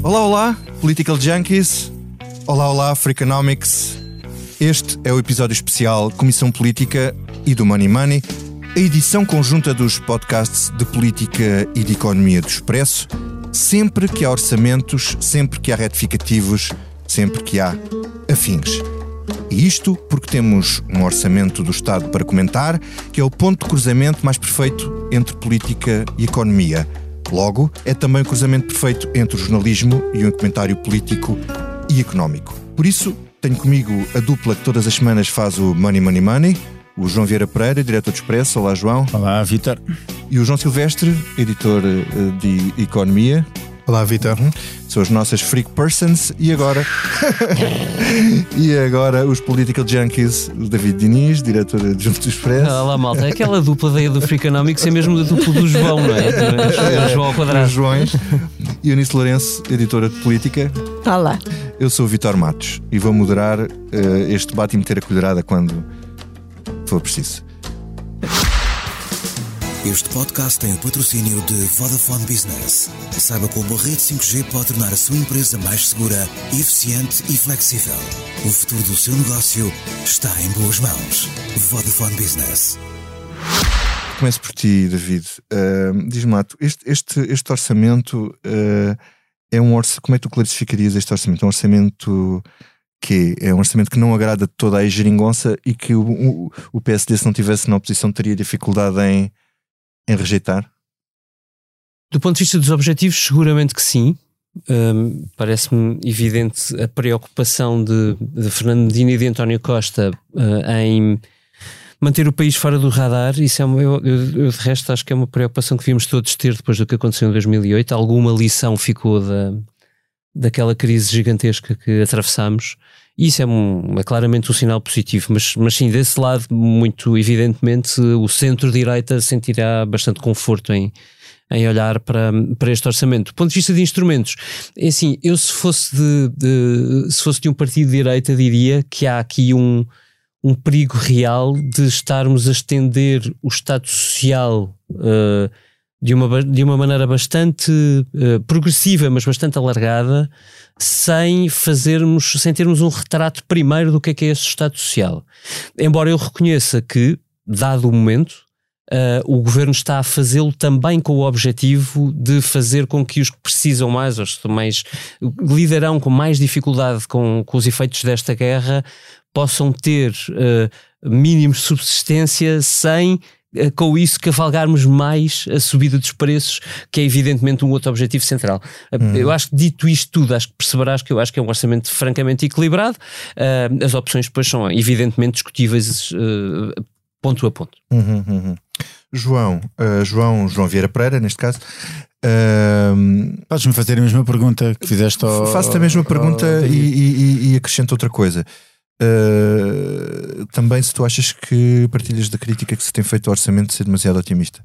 Olá, olá, Political Junkies. Olá, olá, Freakonomics. Este é o episódio especial Comissão Política e do Money Money, a edição conjunta dos podcasts de política e de economia do Expresso, sempre que há orçamentos, sempre que há retificativos, sempre que há afins. E isto porque temos um orçamento do Estado para comentar, que é o ponto de cruzamento mais perfeito entre política e economia. Logo, é também o cruzamento perfeito entre o jornalismo e um comentário político e económico. Por isso, tenho comigo a dupla que todas as semanas faz o Money Money Money, o João Vieira Pereira, diretor do Expresso. Olá, João. Olá, Vítor. E o João Silvestre, editor de Economia. Olá, Vítor. São as nossas freak persons. E agora os Political Junkies, o David Diniz, diretor adjunto do Expresso. Olá, malta. Aquela dupla daí do Freakonomics é mesmo a dupla do João, não é? O João ao quadrado. Os Joões. E Eunice Lourenço, editora de política. Olá. Eu sou o Vítor Matos e vou moderar este debate e meter a colherada quando for preciso. Este podcast tem o patrocínio de Vodafone Business. Saiba como a rede 5G pode tornar a sua empresa mais segura, eficiente e flexível. O futuro do seu negócio está em boas mãos. Vodafone Business. Começo por ti, David. Diz-me lá, este orçamento é um orçamento. Como é que tu classificarias este orçamento? É um orçamento que é um orçamento que não agrada toda a geringonça e que o PSD, se não estivesse na oposição, teria dificuldade em rejeitar? Do ponto de vista dos objetivos, seguramente que sim. Parece-me evidente a preocupação de Fernando Medina e de António Costa em manter o país fora do radar. Isso eu de resto acho que é uma preocupação que devíamos todos ter depois do que aconteceu em 2008. Alguma lição ficou daquela crise gigantesca que atravessámos. Isso é claramente um sinal positivo, mas sim, desse lado, muito evidentemente, o centro-direita sentirá bastante conforto em olhar para este orçamento. Do ponto de vista de instrumentos, é assim, eu se fosse de um partido de direita diria que há aqui um perigo real de estarmos a estender o Estado Social de uma maneira bastante progressiva, mas bastante alargada, sem termos um retrato primeiro do que é esse Estado Social. Embora eu reconheça que, dado o momento, o Governo está a fazê-lo também com o objetivo de fazer com que os que precisam mais, os que lidarão com mais dificuldade com os efeitos desta guerra, possam ter mínimos de subsistência sem com isso cavalgarmos mais a subida dos preços, que é evidentemente um outro objetivo central. Eu acho que, dito isto tudo, acho que perceberás que eu acho que é um orçamento francamente equilibrado. As opções depois são evidentemente discutíveis ponto a ponto. João Vieira Pereira, neste caso. Podes-me fazer a mesma pergunta que fizeste ao... Faço-te a mesma pergunta e acrescento outra coisa. Também, se tu achas que partilhas da crítica que se tem feito ao orçamento de ser demasiado otimista?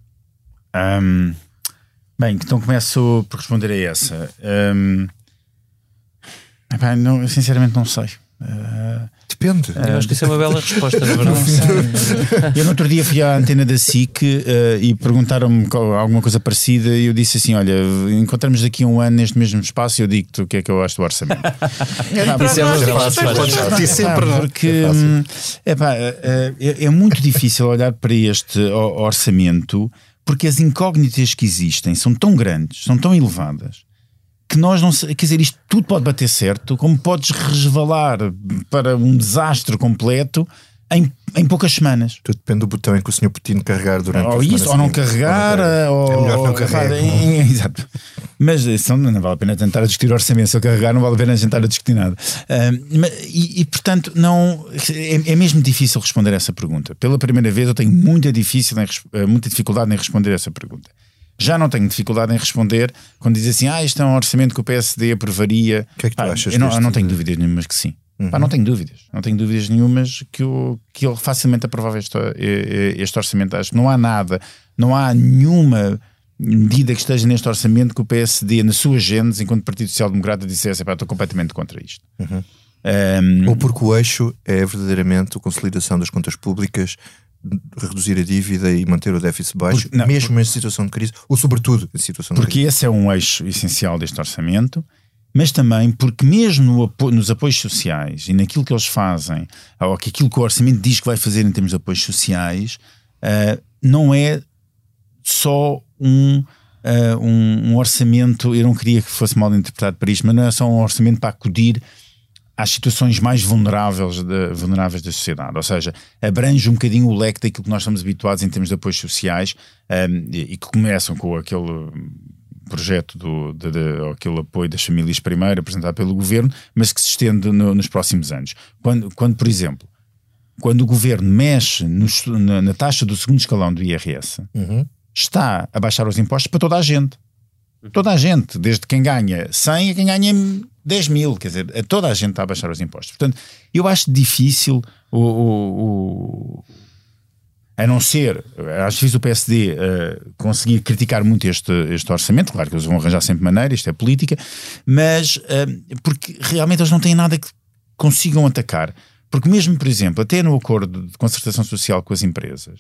Bem, então começo por responder a essa. Eu sinceramente não sei. Depende. Eu acho que isso é uma bela resposta, na verdade. Eu no outro dia fui à antena da SIC e perguntaram-me alguma coisa parecida e eu disse assim, olha, encontramos daqui a um ano neste mesmo espaço e eu digo-te o que é que eu acho do orçamento. Isso é uma resposta. Porque é muito difícil olhar para este orçamento porque as incógnitas que existem são tão grandes, são tão elevadas, que nós não sei, quer dizer, isto tudo pode bater certo, como podes resvalar para um desastre completo em poucas semanas. Tudo depende do botão em que o Sr. Putin carregar durante ou isso, ou não carregar, ou é melhor não carregar. Exato. Mas não vale a pena tentar discutir orçamento. Se eu carregar, não vale a pena tentar discutir nada. E portanto, não é mesmo difícil responder essa pergunta. Pela primeira vez, eu tenho muita dificuldade em responder essa pergunta. Já não tenho dificuldade em responder quando diz assim, este é um orçamento que o PSD aprovaria. O que é que tu achas? Eu não tenho dúvidas nenhumas que sim. Não tenho dúvidas nenhumas que ele facilmente aprovava este orçamento. Acho que não há nenhuma medida que esteja neste orçamento que o PSD, na sua gênese, enquanto Partido Social Democrata, dissesse, estou completamente contra isto. Ou porque o eixo é verdadeiramente a consolidação das contas públicas, reduzir a dívida e manter o déficit baixo, mesmo em situação de crise, ou sobretudo em situação de crise. Porque esse é um eixo essencial deste orçamento mas também porque mesmo nos apoios sociais e naquilo que eles fazem, ou que aquilo que o orçamento diz que vai fazer em termos de apoios sociais, não é só um orçamento, eu não queria que fosse mal interpretado para isto, mas não é só um orçamento para acudir às situações mais vulneráveis da sociedade, ou seja, abrange um bocadinho o leque daquilo que nós estamos habituados em termos de apoios sociais, e que começam com aquele projeto aquele apoio das famílias primeiro apresentado pelo governo, mas que se estende nos próximos anos. Quando, por exemplo, quando o governo mexe na taxa do segundo escalão do IRS, está a baixar os impostos para toda a gente. Toda a gente, desde quem ganha 100 a quem ganha 10 mil, quer dizer, toda a gente está a baixar os impostos. Portanto, eu acho difícil a não ser, acho difícil o PSD conseguir criticar muito este orçamento. Claro que eles vão arranjar sempre maneira, isto é política, mas porque realmente eles não têm nada que consigam atacar. Porque mesmo, por exemplo, até no acordo de concertação social com as empresas,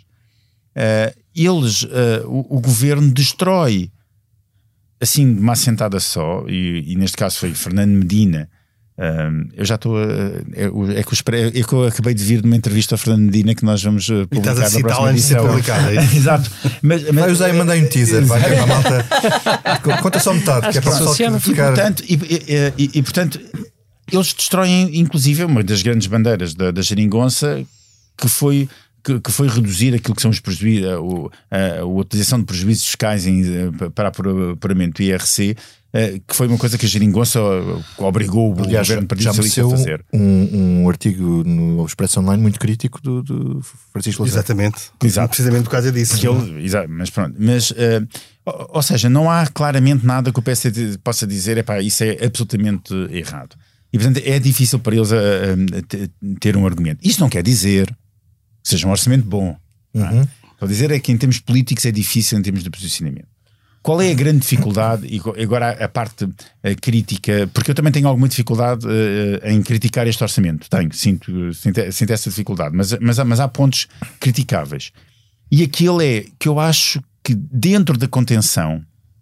o governo destrói assim de uma assentada só, e neste caso foi Fernando Medina. Eu já estou é que eu acabei de vir de uma entrevista a Fernando Medina que nós vamos publicar na próxima edição. Exato. Mas vai usar e mandei um teaser, vai para a malta. Conta só metade, que é para o pessoal ficar. E portanto eles destroem inclusive uma das grandes bandeiras da geringonça, que foi reduzir aquilo que são os prejuízos, a utilização de prejuízos fiscais para apuramento do IRC, que foi uma coisa que a geringonça obrigou o governo Partido Socialista a fazer. Um artigo no Expresso Online muito crítico do Francisco Louçã. Exatamente. Exato. Precisamente por causa disso. Mas pronto. Ou seja, não há claramente nada que o PSD possa dizer, isso é absolutamente errado. E portanto é difícil para eles ter um argumento. Isto não quer dizer que seja um orçamento bom. Quer dizer é que em termos políticos é difícil em termos de posicionamento. Qual é a grande dificuldade? E agora a parte crítica, porque eu também tenho alguma dificuldade em criticar este orçamento. Sinto essa dificuldade, mas há pontos criticáveis. E aquele é que eu acho que dentro da contenção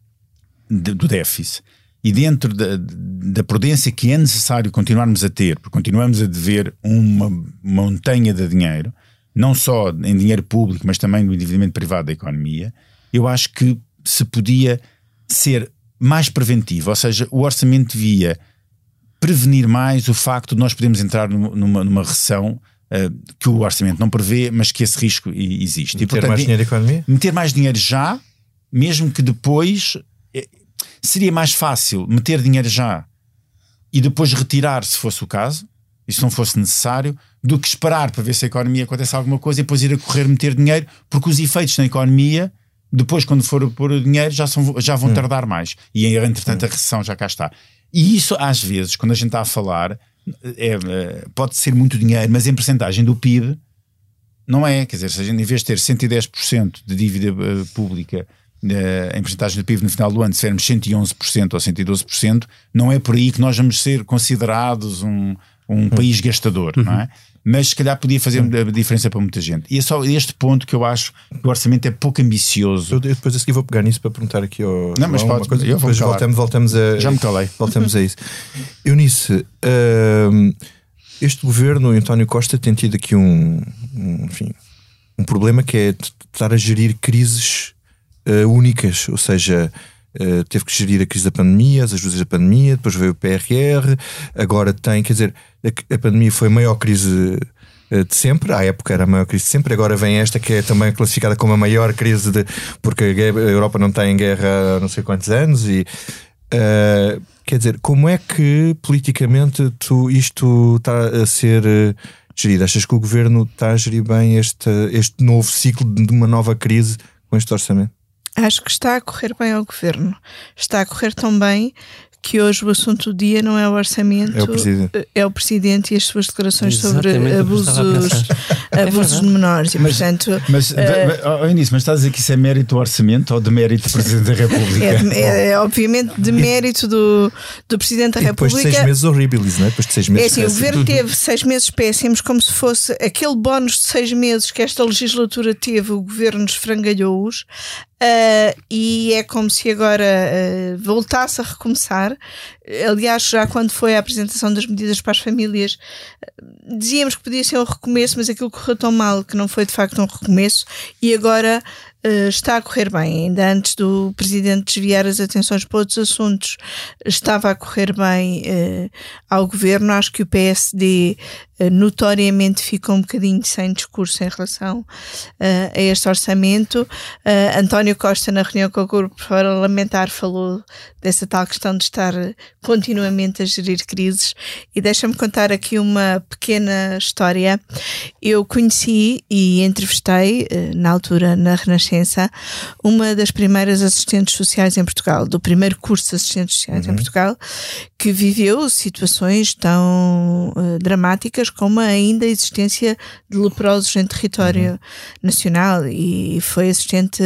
do déficit e dentro da prudência que é necessário continuarmos a ter, porque continuamos a dever uma montanha de dinheiro, não só em dinheiro público, mas também no endividamento privado da economia, eu acho que se podia ser mais preventivo, ou seja, o orçamento devia prevenir mais o facto de nós podermos entrar numa recessão que o orçamento não prevê, mas que esse risco existe. Meter, e, portanto, mais dinheiro na economia? Meter mais dinheiro já, mesmo que depois seria mais fácil meter dinheiro já e depois retirar se fosse o caso, e se não fosse necessário, do que esperar para ver se a economia acontece alguma coisa e depois ir a correr meter dinheiro, porque os efeitos na economia depois, quando for pôr dinheiro, já vão tardar mais. E entretanto a recessão já cá está. E isso às vezes, quando a gente está a falar, pode ser muito dinheiro, mas em percentagem do PIB não é. Quer dizer, se a gente, em vez de ter 110% de dívida pública em percentagem do PIB no final do ano, se tivermos 111% ou 112%, não é por aí que nós vamos ser considerados um país gastador, não é? Mas se calhar podia fazer a diferença para muita gente. E é só este ponto que eu acho que o orçamento é pouco ambicioso. Eu depois a seguir vou pegar nisso para perguntar aqui ao não, mas pode, coisa, depois voltamos a... Já me calei. Voltamos a isso. Eunice, este governo, António Costa, tem tido aqui um problema que é estar a gerir crises únicas, ou seja... teve que gerir a crise da pandemia, as ajudas da pandemia, depois veio o PRR, agora tem, quer dizer, a pandemia foi a maior crise de sempre, à época era a maior crise de sempre, agora vem esta que é também classificada como a maior crise porque a Europa não está em guerra há não sei quantos anos e quer dizer, como é que politicamente isto está a ser gerido? Achas que o governo está a gerir bem este novo ciclo de uma nova crise com este orçamento? Acho que está a correr bem ao governo. Está a correr tão bem que hoje o assunto do dia não é o orçamento, é o presidente e as suas declarações sobre abusos de menores. E, portanto, mas estás a dizer que isso é mérito do orçamento ou de mérito do Presidente da República? É obviamente de mérito do Presidente da República. Depois de 6 meses horríveis, não é? Depois de 6 meses. O governo teve 6 meses péssimos, como se fosse aquele bónus de 6 meses que esta legislatura teve, o governo esfrangalhou-os. E é como se agora voltasse a recomeçar. Aliás, já quando foi a apresentação das medidas para as famílias, dizíamos que podia ser um recomeço, mas aquilo correu tão mal que não foi de facto um recomeço, e agora está a correr bem. Ainda antes do Presidente desviar as atenções para outros assuntos, estava a correr bem ao governo. Acho que o PSD notoriamente ficou um bocadinho sem discurso em relação a este orçamento. António Costa, na reunião com o grupo parlamentar, falou dessa tal questão de estar continuamente a gerir crises, e deixa-me contar aqui uma pequena história. Eu conheci e entrevistei, na altura na Renascença, uma das primeiras assistentes sociais em Portugal, do primeiro curso de assistentes sociais em Portugal, que viveu situações tão dramáticas como ainda a existência de leprosos em território nacional, e foi assistente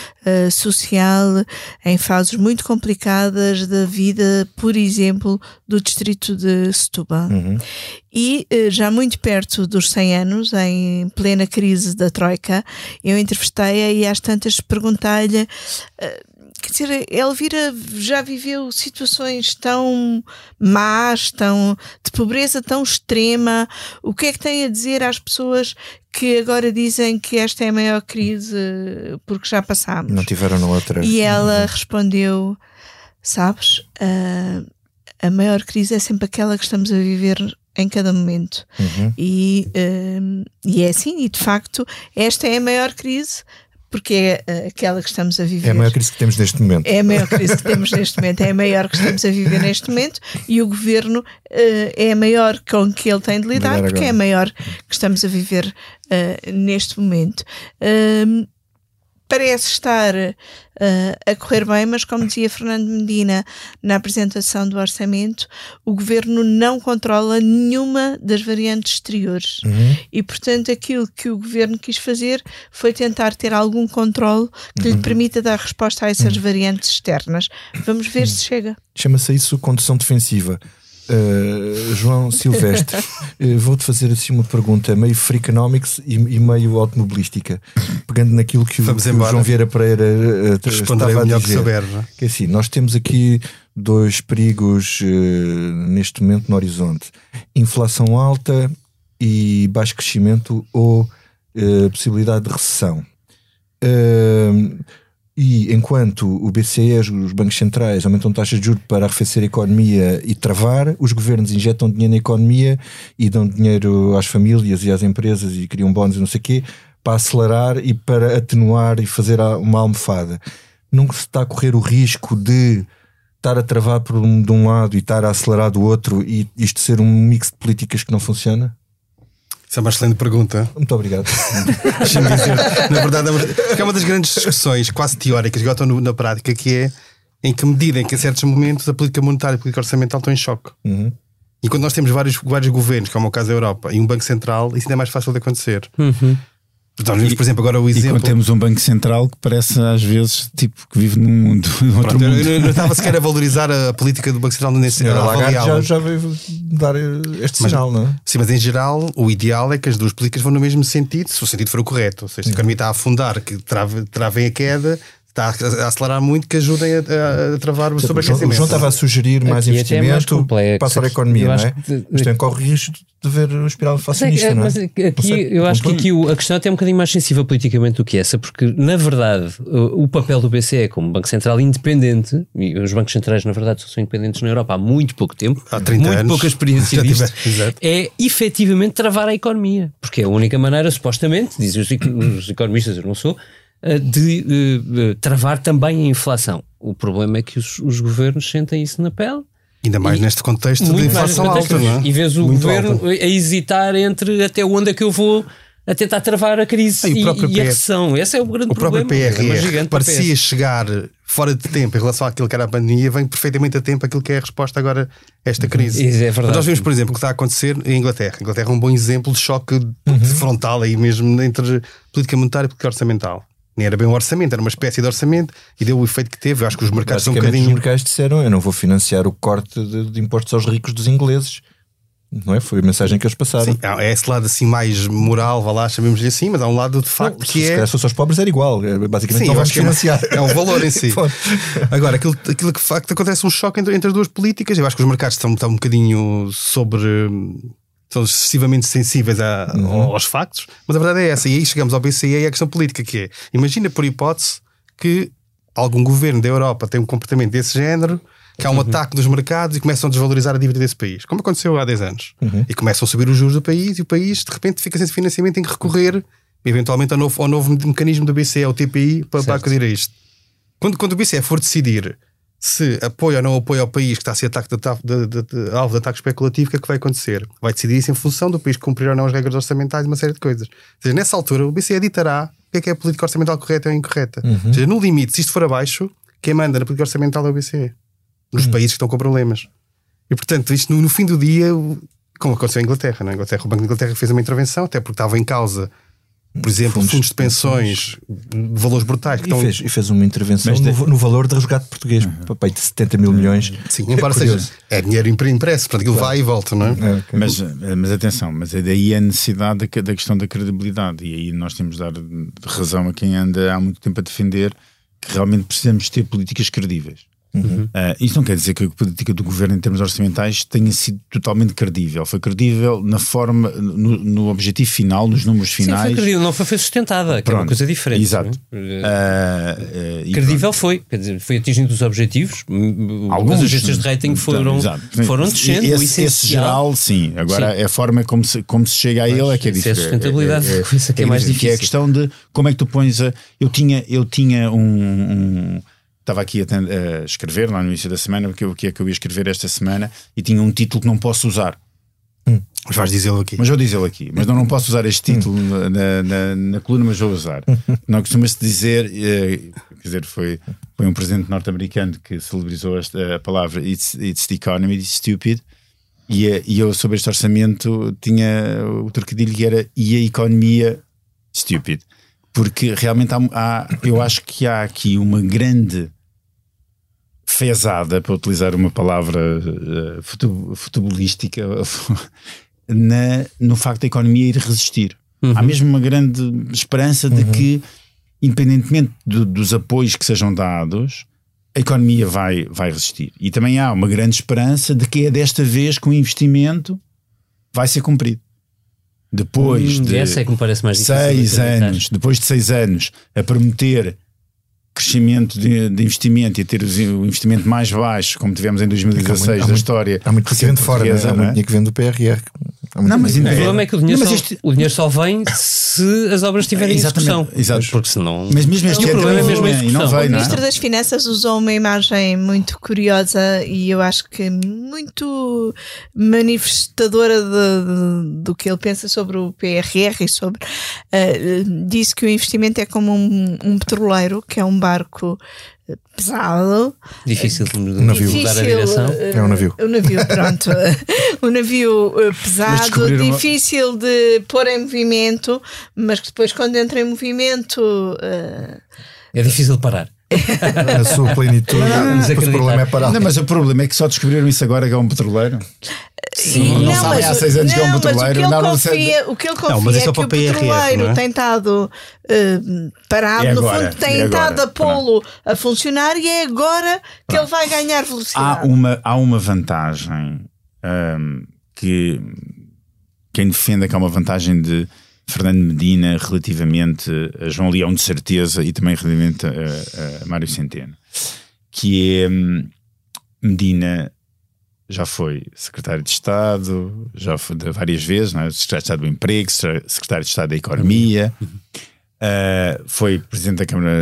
social em fases muito complicadas da vida, por exemplo, do distrito de Setúbal. E já muito perto dos 100 anos, em plena crise da Troika, eu entrevistei-a e às tantas perguntei-lhe, quer dizer, Elvira já viveu situações tão más, de pobreza tão extrema, o que é que tem a dizer às pessoas que agora dizem que esta é a maior crise porque já passámos? Não tiveram na outra. E ela respondeu, sabes, a maior crise é sempre aquela que estamos a viver em cada momento. E é assim, e de facto esta é a maior crise, porque é aquela que estamos a viver. É a maior crise que temos neste momento. É a maior crise que temos neste momento, é a maior que estamos a viver neste momento, e o governo é a maior com que ele tem de lidar, porque é a maior que estamos a viver neste momento. Parece estar a correr bem, mas como dizia Fernando Medina na apresentação do orçamento, o governo não controla nenhuma das variantes exteriores. E portanto aquilo que o governo quis fazer foi tentar ter algum controle que lhe permita dar resposta a essas variantes externas. Vamos ver se chega. Chama-se isso condução defensiva. João Silvestre, vou-te fazer assim uma pergunta meio freakonomics e meio automobilística, pegando naquilo que o João Vieira Pereira estava a dizer. Que é assim, nós temos aqui 2 perigos neste momento no horizonte: inflação alta e baixo crescimento, ou possibilidade de recessão. E enquanto o BCE, os bancos centrais, aumentam taxas de juros para arrefecer a economia e travar, os governos injetam dinheiro na economia e dão dinheiro às famílias e às empresas e criam bónus e não sei o quê, para acelerar e para atenuar e fazer uma almofada. Não se está a correr o risco de estar a travar de um lado e estar a acelerar do outro, e isto ser um mix de políticas que não funciona? Isso é uma excelente pergunta. Muito obrigado. Deixa-me dizer, na verdade, é uma das grandes discussões quase teóricas que estão na prática, que é em que medida em que a certos momentos a política monetária e a política orçamental estão em choque. E quando nós temos vários governos, como é o caso da Europa, e um Banco Central, isso ainda é mais fácil de acontecer. Nós vimos, por exemplo, agora o exemplo. E quando temos um Banco Central que parece às vezes tipo que vive num mundo. Pronto, eu não estava sequer a valorizar a política do Banco Central nesse sentido. Já veio dar este sinal, não é? Sim, mas em geral o ideal é que as duas políticas vão no mesmo sentido, se o sentido for o correto. Ou seja, se a economia está a afundar, que travem a queda, está a acelerar muito, que ajudem a travar o sobreaquecimento. O João estava a sugerir mais investimento para a economia, não é? Mas tem corre o risco de ver o espiral inflacionista, não é? Mas eu acho que aqui a questão é até um bocadinho mais sensível politicamente do que essa, porque na verdade o papel do BCE como Banco Central independente, e os bancos centrais na verdade só são independentes na Europa há muito pouco tempo, há 30 muito anos, pouca experiência disto, é efetivamente travar a economia, porque é a única maneira, supostamente, dizem os economistas, eu não sou, de travar também a inflação. O problema é que os governos sentem isso na pele. Ainda mais neste contexto de inflação alta, não é? E vês o muito governo alta. a hesitar entre até onde é que eu vou a tentar travar a crise E o próprio e a recessão. Esse é o grande O problema. próprio É uma PRR gigante parecia para chegar fora de tempo em relação àquilo que era a pandemia, vem perfeitamente a tempo aquilo que é a resposta agora a esta crise. Isso é verdade. Nós vemos, por exemplo, o que está a acontecer em Inglaterra. A Inglaterra é um bom exemplo de choque frontal aí mesmo entre política monetária e política orçamental. Nem era bem um orçamento, era uma espécie de orçamento e deu o efeito que teve. Eu acho que os mercados são um Basicamente, bocadinho. os mercados disseram: eu não vou financiar o corte de impostos aos ricos dos ingleses. Não é? Foi a mensagem que eles passaram. Sim, há esse lado assim mais moral, vá lá, chamemos-lhe assim, mas há um lado de facto Não, que se é. calhar se fosse aos pobres era igual. Basicamente, Sim, não eu vamos acho que financiar. é um valor em si. Pode. Agora, aquilo que de facto acontece um choque entre as duas políticas. Eu acho que os mercados estão um bocadinho são excessivamente sensíveis aos factos, mas a verdade é essa. E aí chegamos ao BCE e a questão política que é: imagina por hipótese que algum governo da Europa tem um comportamento desse género, que há um ataque dos mercados e começam a desvalorizar a dívida desse país, como aconteceu há 10 anos. E começam a subir os juros do país e o país de repente fica sem financiamento, tem que recorrer eventualmente ao novo mecanismo do BCE, ao TPI, para acudir a isto. Quando o BCE for decidir se apoia ou não apoia ao país que está a ser alvo de ataque especulativo, o que é que vai acontecer? Vai decidir isso em função do país cumprir ou não as regras orçamentais e uma série de coisas. Ou seja, nessa altura o BCE ditará o que é a política orçamental correta ou incorreta. Ou seja, no limite, se isto for abaixo, quem manda na política orçamental é o BCE. Nos países que estão com problemas. E portanto, isto no fim do dia, como aconteceu em Inglaterra, não é? O Banco de Inglaterra fez uma intervenção, até porque estava em causa, por exemplo, fundos de pensões, valores brutais. E fez uma intervenção no valor de resgate português, papai, de 70 mil milhões. Sim, embora seja, é dinheiro impresso, portanto aquilo vai e volta, não é? Mas atenção, mas é daí a necessidade da questão da credibilidade, e aí nós temos de dar razão a quem anda há muito tempo a defender que realmente precisamos ter políticas credíveis. Isto não quer dizer que a política do governo em termos orçamentais tenha sido totalmente credível. Foi credível na forma, no objetivo final, nos números finais. Sim, foi credível, não foi sustentada, que é uma coisa diferente. Exato. Credível foi, quer dizer, foi atingindo os objetivos. Algumas agências de rating foram descendo. Esse geral, sim. Agora sim. A forma como se chega a ele é que é diferente. A sustentabilidade isso aqui é mais difícil. Que é a questão de como é que tu pões Eu tinha estava aqui a escrever lá no início da semana o que é que eu ia escrever esta semana e tinha um título que não posso usar. Mas vais dizê-lo aqui. Mas vou dizê-lo aqui. Mas não posso usar este título na coluna, mas vou usar. Não costuma-se dizer, quer dizer, foi um presidente norte-americano que celebrizou a palavra It's the economy, it's stupid. E eu sobre este orçamento tinha o trocadilho que era e a economia stupid. Porque realmente eu acho que há aqui uma grande fezada, para utilizar uma palavra futebolística, no facto da economia ir resistir. Há mesmo uma grande esperança de que, independentemente dos apoios que sejam dados, a economia vai resistir. E também há uma grande esperança de que é desta vez que o investimento vai ser cumprido. Depois de essa é que me parece mais difícil 6 anos, depois de 6 anos a prometer crescimento de investimento e a ter o investimento mais baixo, como tivemos em 2016 da história. Há muito que vem de fora, há muito dinheiro que vem do PRR. Não, mas o problema é que o dinheiro só vem se as obras estiverem em execução. Exato. Porque senão. Mas mesmo este ano problema é mesmo a execução. O Ministro das Finanças usou uma imagem muito curiosa e eu acho que muito manifestadora do que ele pensa sobre o PRR e sobre. Disse que o investimento é como um petroleiro, que é um barco pesado, difícil de mudar a direção. É um navio. O navio, pronto. Um navio pesado, difícil de pôr em movimento, mas que depois, quando entra em movimento, é difícil de parar. A sua plenitude. O problema é parar. Não, mas o problema é que só descobriram isso agora, que é um petroleiro. Sim, não sabem há 6 anos que é um petroleiro. O que ele confia é que o petroleiro tem estado parado, no fundo tem estado a pô-lo a funcionar e é agora que ele vai ganhar velocidade. Há uma vantagem que quem defende que há uma vantagem de Fernando Medina relativamente a João Leão, de certeza, e também relativamente a Mário Centeno, que é Medina já foi secretário de Estado, já foi várias vezes, não é? Secretário de Estado do Emprego, secretário de Estado da Economia, foi presidente da Câmara,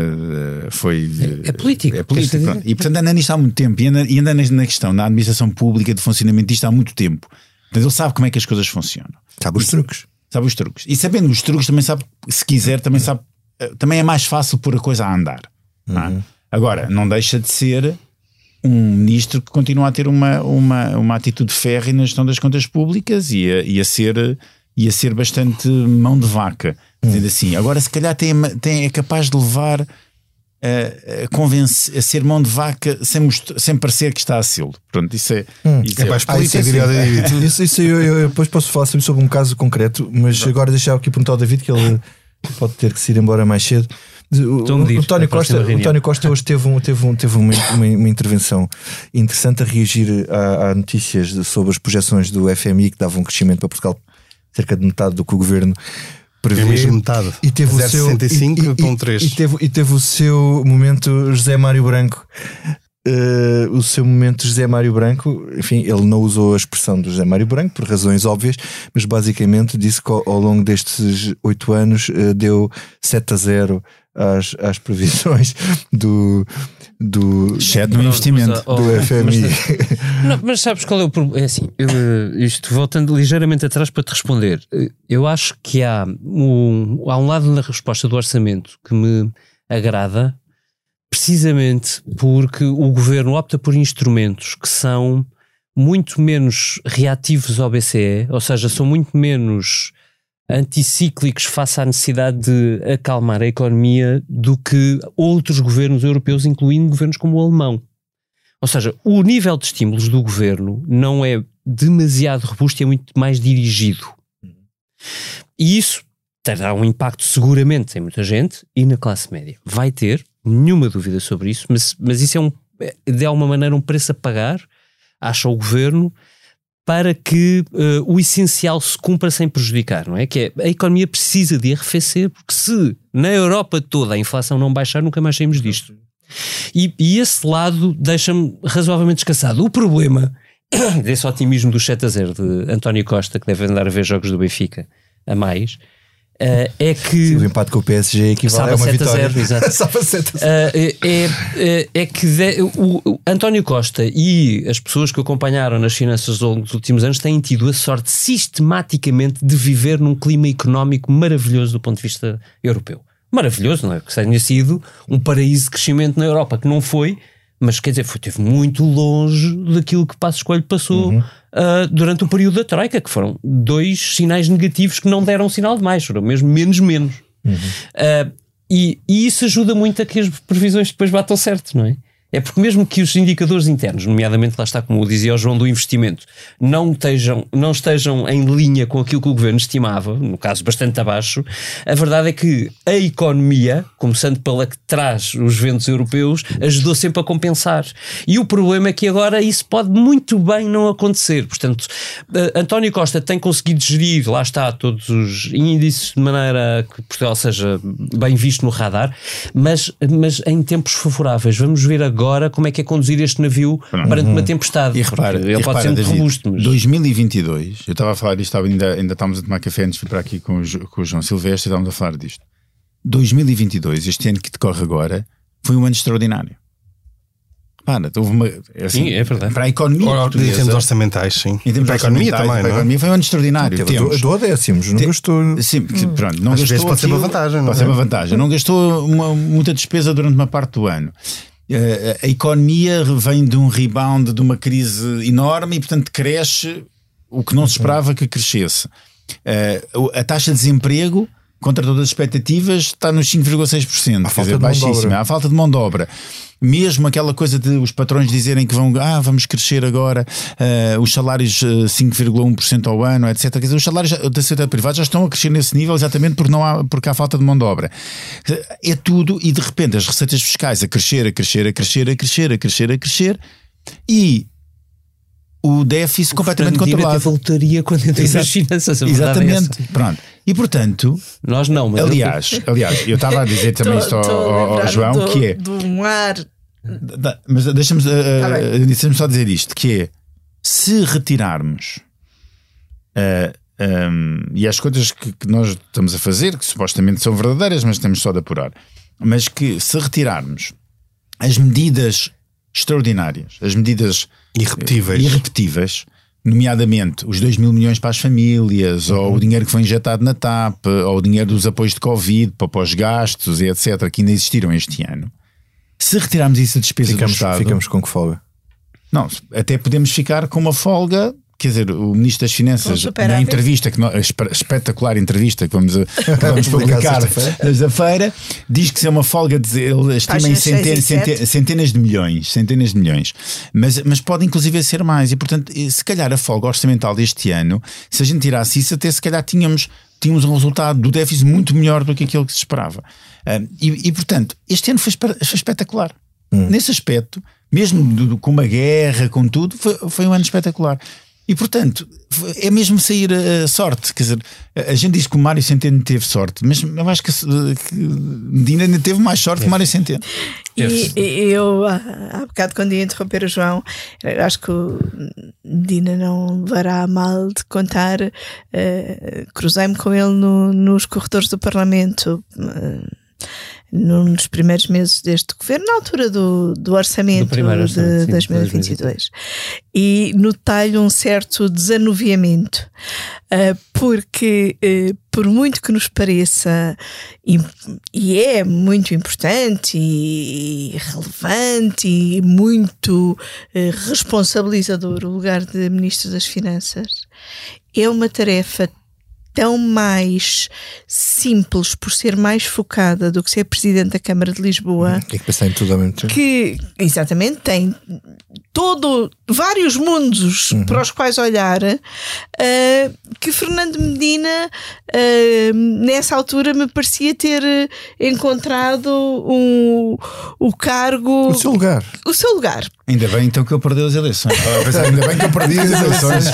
é político. E portanto anda nisto há muito tempo e anda na questão da administração pública, de funcionamento disto há muito tempo. Portanto ele sabe como é que as coisas funcionam. Sabe os truques. Sabe os truques. E sabendo os truques também sabe, se quiser, também é mais fácil pôr a coisa a andar. Agora, não deixa de ser um ministro que continua a ter uma atitude férrea na gestão das contas públicas e a ser bastante mão de vaca, dizendo assim. Agora, se calhar é capaz de levar a ser mão de vaca sem parecer que está a sê-lo. Pronto, isso é mais político. Isso eu depois posso falar sobre um caso concreto, mas agora deixar aqui perguntar ao David, que ele pode ter que se ir embora mais cedo. O António Costa hoje teve uma intervenção interessante a reagir a notícias sobre as projeções do FMI que davam um crescimento para Portugal cerca de metade do que o governo prevê. É mesmo metade. E teve 0,65,3. E teve o seu momento José Mário Branco. Enfim, ele não usou a expressão do José Mário Branco por razões óbvias, mas basicamente disse que ao longo destes 8 anos deu 7-0 às previsões do exceto no investimento do FMI. Mas sabes qual é o problema? É assim, isto voltando ligeiramente atrás para te responder, eu acho que há um lado na resposta do orçamento que me agrada, precisamente porque o governo opta por instrumentos que são muito menos reativos ao BCE, ou seja, são muito menos anticíclicos face à necessidade de acalmar a economia do que outros governos europeus, incluindo governos como o alemão. Ou seja, o nível de estímulos do governo não é demasiado robusto e é muito mais dirigido. E isso terá um impacto seguramente em muita gente e na classe média. Vai ter, nenhuma dúvida sobre isso, mas isso é de alguma maneira um preço a pagar, acha o governo, para que o essencial se cumpra sem prejudicar, não é? Que a economia precisa de arrefecer, porque se na Europa toda a inflação não baixar, nunca mais saímos disto. E esse lado deixa-me razoavelmente descansado. O problema desse otimismo do 7-0 de António Costa, que deve andar a ver jogos do Benfica a mais, é que sim, o empate com o PSG equivale a uma vitória. É que o António Costa e as pessoas que o acompanharam nas finanças ao longo dos últimos anos têm tido a sorte sistematicamente de viver num clima económico maravilhoso do ponto de vista europeu. Maravilhoso, não é? Que tenha sido um paraíso de crescimento na Europa, que não foi, mas quer dizer, esteve muito longe daquilo que Passos Coelho passou durante o período da Troika, que foram 2 sinais negativos que não deram sinal de mais, foram mesmo menos. E isso ajuda muito a que as previsões depois batam certo, não é? É porque mesmo que os indicadores internos, nomeadamente lá está, como dizia o João, do investimento, não estejam em linha com aquilo que o governo estimava, no caso bastante abaixo, a verdade é que a economia, começando pela que traz os ventos europeus, ajudou sempre a compensar. E o problema é que agora isso pode muito bem não acontecer. Portanto, António Costa tem conseguido gerir, lá está, todos os índices de maneira que Portugal seja bem visto no radar, mas em tempos favoráveis. Vamos ver agora como é que é conduzir este navio perante uma tempestade. E repara, ele pode ser muito robusto. Mas 2022, eu estava a falar disto, ainda estávamos a tomar café antes de vir para aqui com o João Silvestre, estávamos a falar disto. 2022, este ano que decorre agora, foi um ano extraordinário. Houve uma, assim, sim, é verdade. Para a economia portuguesa, em termos orçamentais, sim. Em termos para a economia também, para a economia foi um ano extraordinário. Dou décimos, não gastou. Sim, pronto, não às gastou. Vezes pode ser uma vantagem, não é? Pode ser uma vantagem. Não gastou muita despesa durante uma parte do ano. A economia vem de um rebound, de uma crise enorme e, portanto, cresce o que não se esperava que crescesse. A taxa de desemprego, contra todas as expectativas, está nos 5,6%. Quer dizer, baixíssima. Há falta de mão de obra. Mesmo aquela coisa de os patrões dizerem que vamos crescer agora os salários 5,1% ao ano, etc. Quer dizer, os salários da sociedade privada já estão a crescer nesse nível exatamente porque há falta de mão de obra. É tudo, e de repente as receitas fiscais a crescer e o déficit completamente controlado. Voltaria quando entra nas finanças. Exatamente. Pronto. E portanto, nós não, mas aliás, eu estava a dizer também isto ao João, que é do mar. Mas deixa-me só dizer isto, que é, se retirarmos e as coisas que nós estamos a fazer, que supostamente são verdadeiras, mas temos só de apurar, mas que se retirarmos as medidas extraordinárias, as medidas irrepetíveis, nomeadamente os 2 mil milhões para as famílias, ou o dinheiro que foi injetado na TAP, ou o dinheiro dos apoios de Covid para os gastos e etc., que ainda existiram este ano, se retirarmos isso da despesa do Estado... Ficamos com que folga? Não, até podemos ficar com uma folga. Quer dizer, o Ministro das Finanças, na entrevista, espetacular entrevista que vamos publicar sexta-feira, diz que se é uma folga, ele estima em centenas de milhões, mas pode inclusive ser mais, e portanto, se calhar a folga orçamental deste ano, se a gente tirasse isso, até se calhar tínhamos um resultado do déficit muito melhor do que aquilo que se esperava. E portanto, este ano foi espetacular. Nesse aspecto, mesmo com uma guerra, com tudo, foi um ano espetacular. E portanto, é mesmo sair a sorte. Quer dizer, a gente diz que o Mário Centeno teve sorte, mas eu acho que Medina ainda teve mais sorte que o Mário Centeno. E eu, há bocado, quando ia interromper o João, acho que o Medina não levará a mal de contar. Cruzei-me com ele nos corredores do Parlamento. Nos primeiros meses deste governo, na altura do orçamento de 2022. E notei-lhe um certo desanuviamento, porque por muito que nos pareça, e é muito importante e relevante e muito responsabilizador o lugar de Ministro das Finanças, é uma tarefa tão mais simples por ser mais focada do que ser Presidente da Câmara de Lisboa, que pensar em tudo ao mesmo tempo. Que exatamente tem vários mundos para os quais olhar, que Fernando Medina nessa altura me parecia ter encontrado o cargo, o seu lugar. Ainda bem então que eu perdi as eleições. Ainda bem que eu perdi as eleições.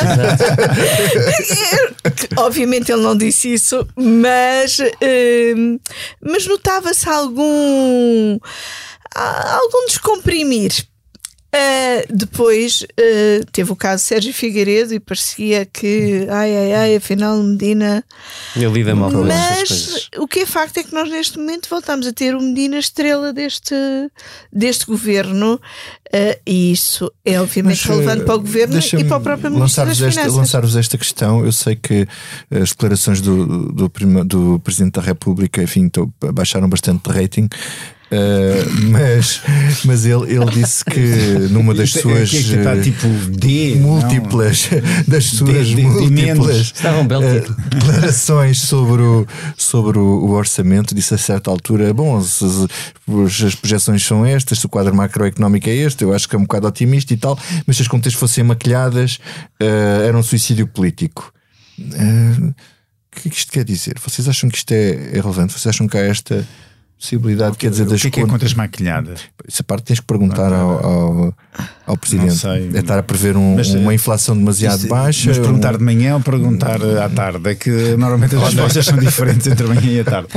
Obviamente ele não disse isso, mas notava-se algum descomprimir. Depois teve o caso de Sérgio Figueiredo e parecia que afinal Medina lida mal com essas mas coisas. O que é facto é que nós neste momento voltamos a ter o Medina estrela deste governo, e isso é obviamente relevante para o governo e para o próprio Ministro das Finanças. Lançar-vos esta questão. Eu sei que as declarações do Presidente da República, enfim, baixaram bastante de rating. Mas ele disse que numa das suas múltiplas declarações sobre o orçamento, disse a certa altura: bom, as projeções são estas, se o quadro macroeconómico é este, eu acho que é um bocado otimista e tal, mas se as contas fossem maquilhadas, era um suicídio político. O que é que isto quer dizer? Vocês acham que isto é relevante? Vocês acham que há esta possibilidade, quer dizer, das contas... O que é contas maquilhadas? Essa parte tens que perguntar ao Presidente. É estar a prever uma inflação demasiado baixa. Mas perguntar de manhã ou perguntar à tarde? É que normalmente as respostas são diferentes entre a manhã e a tarde.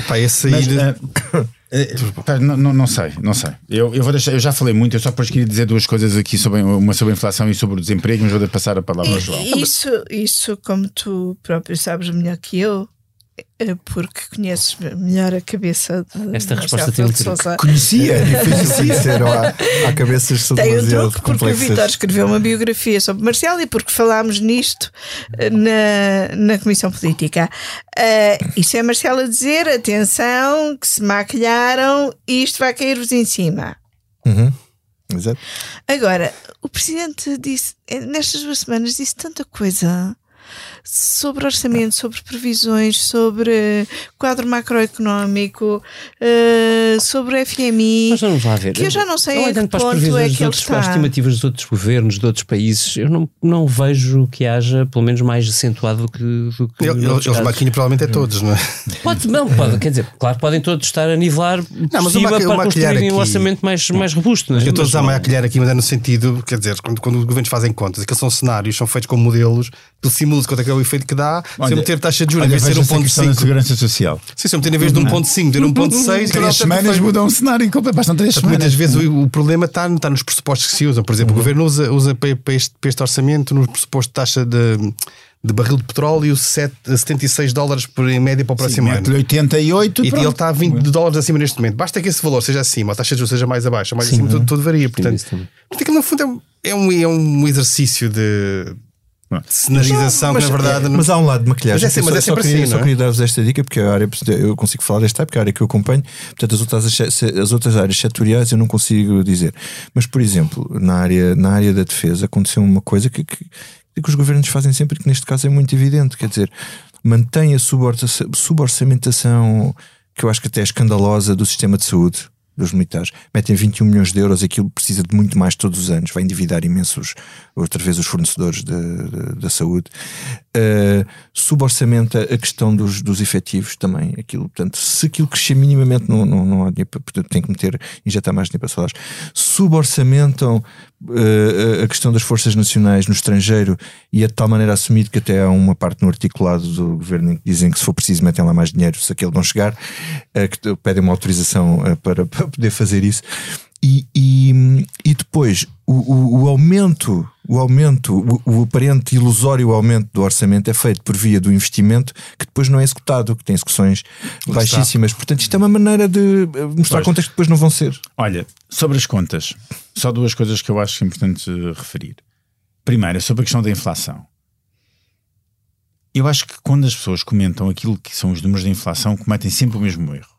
Não sei. Eu vou deixar, eu já falei muito, eu só depois queria dizer duas coisas aqui, uma sobre a inflação e sobre o desemprego, mas vou passar a palavra ao João. Isso, como tu próprio sabes melhor que eu, porque conheces melhor a cabeça de esta resposta tem um truque. Conhecia, é difícil conhecer. Há cabeças que são demasiado complexas. Porque o Vítor escreveu uma biografia sobre Marcelo e porque falámos nisto na Comissão Política. Isto é Marcelo a dizer: atenção, que se maquilharam, isto vai cair-vos em cima. Exato. Agora, o Presidente disse, nestas 2 semanas, disse tanta coisa sobre orçamento, sobre previsões, sobre quadro macroeconómico, sobre o FMI. Mas não vai haver. Que eu já não sei a que para ponto é que ele está. As estimativas dos outros governos, de outros países, eu não vejo que haja, pelo menos, mais acentuado do que eles maquinham provavelmente todos, não é? Pode, quer dizer, claro, podem todos estar a nivelar por cima para construírem um orçamento mais robusto. Não é? Eu estou a maquilhar aqui, mas é no sentido, quer dizer, quando os governos fazem contas, aqueles são cenários, são feitos como modelos, tu simulas quanto é que é o efeito que dá. Se eu meter taxa de juros, em vez de ser 1.5 na segurança social. Sim, se eu meter em vez de 1.5, ter 1.6, 3 semanas muda um cenário incompleto. Bastam 3 semanas. Muitas vezes o problema está nos pressupostos que se usam. Por exemplo, o governo usa para este orçamento no pressuposto de taxa de barril de petróleo $76 por em média para o próximo ano. 88 e ele está a $20 acima neste momento. Basta que esse valor seja acima, a taxa de juros seja mais abaixo, mais acima, tudo varia. Portanto, no fundo é um exercício de cenarização, que na verdade. Mas há um lado de maquilhagem. Mas é sempre assim, só queria dar-vos esta dica, porque a área, eu consigo falar desta, porque é a área que eu acompanho, portanto, as outras áreas setoriais eu não consigo dizer. Mas, por exemplo, na área da defesa aconteceu uma coisa que os governos fazem sempre, que neste caso é muito evidente, quer dizer, mantém a suborçamentação, que eu acho que até é escandalosa, do sistema de saúde dos militares. Metem 21 milhões de euros, aquilo precisa de muito mais todos os anos, vai endividar imensos, outra vez, os fornecedores da saúde. Suborçamenta a questão dos efetivos também, aquilo, portanto, se aquilo crescer minimamente não há dinheiro, portanto tem que injetar mais dinheiro para salários. Suborçamentam a questão das forças nacionais no estrangeiro, e é de tal maneira assumido que até há uma parte no articulado do governo em que dizem que se for preciso metem lá mais dinheiro se aquele não chegar, que pedem uma autorização para poder fazer isso. E depois o aumento, o aparente ilusório aumento do orçamento é feito por via do investimento, que depois não é executado, que tem execuções baixíssimas. Portanto, isto é uma maneira de mostrar contas que depois não vão ser. Olha, sobre as contas, só duas coisas que eu acho importante referir. Primeiro, sobre a questão da inflação. Eu acho que quando as pessoas comentam aquilo que são os números da inflação, cometem sempre o mesmo erro.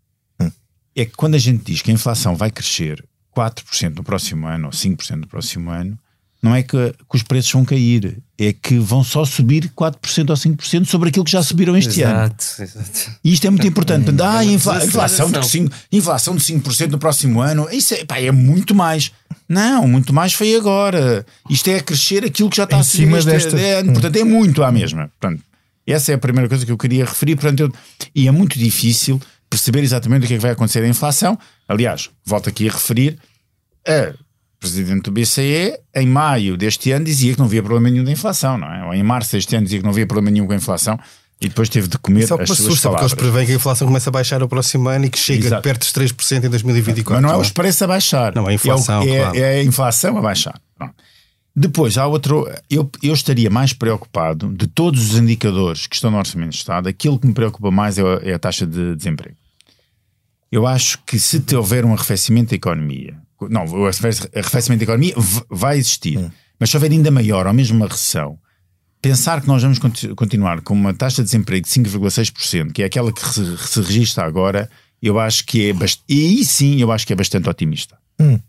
É que quando a gente diz que a inflação vai crescer 4% no próximo ano ou 5% no próximo ano, não é que os preços vão cair, é que vão só subir 4% ou 5% sobre aquilo que já subiram este ano. Exato. E isto é muito importante. Inflação de 5% no próximo ano, isso é muito mais. Não, muito mais foi agora. Isto é a crescer aquilo que já está em a subir cima este ano. Portanto, é muito à mesma. Portanto, essa é a primeira coisa que eu queria referir. Portanto, e é muito difícil perceber exatamente o que é que vai acontecer da inflação. Aliás, volto aqui a referir, a presidente do BCE em maio deste ano dizia que não havia problema nenhum da inflação, não é? Ou em março deste ano dizia que não havia problema nenhum com a inflação, e depois teve de comer as suas palavras. Porque eles preveem que a inflação começa a baixar o próximo ano e que chega perto dos 3% em 2024. Mas não é os preços a baixar, não é a inflação, claro. É a inflação a baixar. Pronto. Depois há outro, eu estaria mais preocupado de todos os indicadores que estão no Orçamento de Estado. Aquilo que me preocupa mais é a taxa de desemprego. Eu acho que se houver um arrefecimento da economia, não, o arrefecimento da economia vai existir, mas se houver ainda maior ou mesmo uma recessão, pensar que nós vamos continuar com uma taxa de desemprego de 5,6%, que é aquela que se registra agora, eu acho que e aí sim eu acho que é bastante otimista.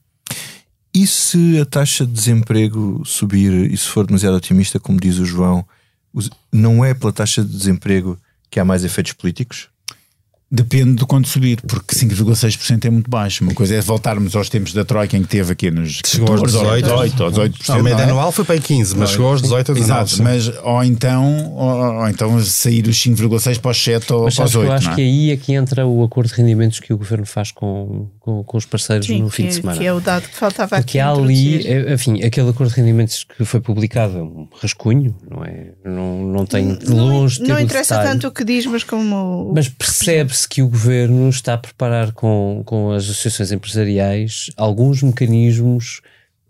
E se a taxa de desemprego subir e se for demasiado otimista, como diz o João, não é pela taxa de desemprego que há mais efeitos políticos? Depende de quando subir, porque 5,6% é muito baixo. Uma coisa é voltarmos aos tempos da Troika, em que teve aqui nos 18 ou 18%. A média anual foi para aí 15%, mas chegou aos 18 ou 19%. Exato, mas ou então sair os 5,6% para os 7 ou para os 8%. Eu acho que aí é que entra o acordo de rendimentos que o governo faz com os parceiros no fim de semana. Que é o dado que faltava porque aqui. Porque há ali, enfim, aquele acordo de rendimentos que foi publicado é um rascunho, não é? Não tem de longe. Não interessa tanto o que diz, mas como. Mas percebe-se que o governo está a preparar com as associações empresariais alguns mecanismos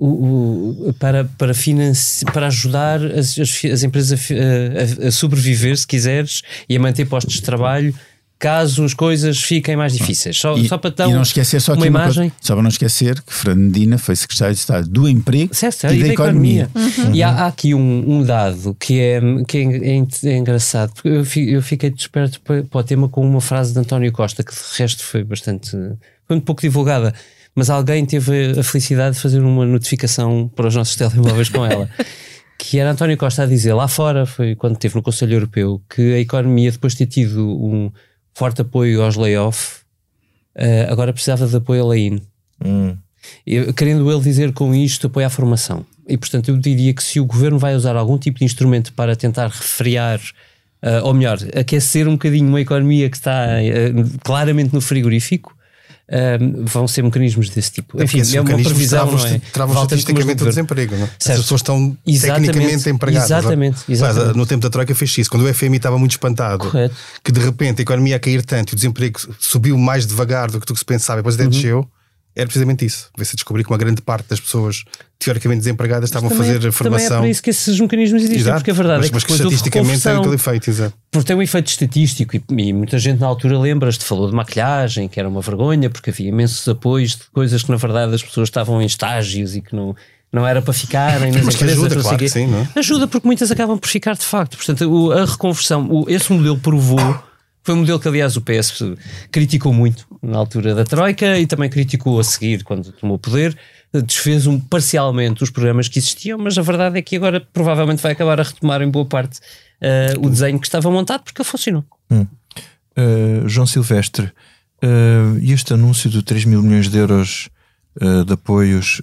para ajudar as empresas a sobreviver, se quiseres, e a manter postos de trabalho caso as coisas fiquem mais difíceis. Só para dar não esquecer só uma imagem. Só para não esquecer que Fernando Medina foi secretário de Estado do Emprego e da Economia. E há aqui um dado que é engraçado. Eu fiquei desperto para o tema com uma frase de António Costa, que de resto foi um pouco divulgada, mas alguém teve a felicidade de fazer uma notificação para os nossos telemóveis com ela. Que era António Costa a dizer lá fora, foi quando esteve no Conselho Europeu, que a economia, depois de ter tido um forte apoio aos layoff, agora precisava de apoio à lei-in. Querendo ele dizer com isto apoio à formação. E portanto eu diria que se o governo vai usar algum tipo de instrumento para tentar refriar, ou melhor, aquecer um bocadinho uma economia que está claramente no frigorífico, vão ser mecanismos desse tipo. Enfim, é uma previsão, não é? Travam estatisticamente o desemprego, não é? As pessoas estão tecnicamente empregadas. Exatamente. Mas, no tempo da Troika fez isso. Quando o FMI estava muito espantado, correto, que de repente a economia ia cair tanto e o desemprego subiu mais devagar do que se pensava e depois até desceu, era precisamente isso. Veio-se a descobrir que uma grande parte das pessoas teoricamente desempregadas estavam a fazer formação. Também é para isso que esses mecanismos existem, porque a verdade é que mas estatisticamente tem aquele efeito, exato. Porque tem um efeito estatístico e muita gente na altura lembra-se, falou de maquilhagem, que era uma vergonha, porque havia imensos apoios de coisas que na verdade as pessoas estavam em estágios e que não não era para ficarem nas Mas que empresas, ajuda, não sei claro quê. que sim, não é? Ajuda porque muitas acabam por ficar de facto. Portanto, a reconversão, esse modelo provou, foi um modelo que aliás o PS criticou muito na altura da Troika e também criticou a seguir quando tomou o poder, desfez parcialmente os programas que existiam, mas a verdade é que agora provavelmente vai acabar a retomar em boa parte o desenho que estava montado porque ele funcionou. João Silvestre, e este anúncio de 3 mil milhões de euros de apoios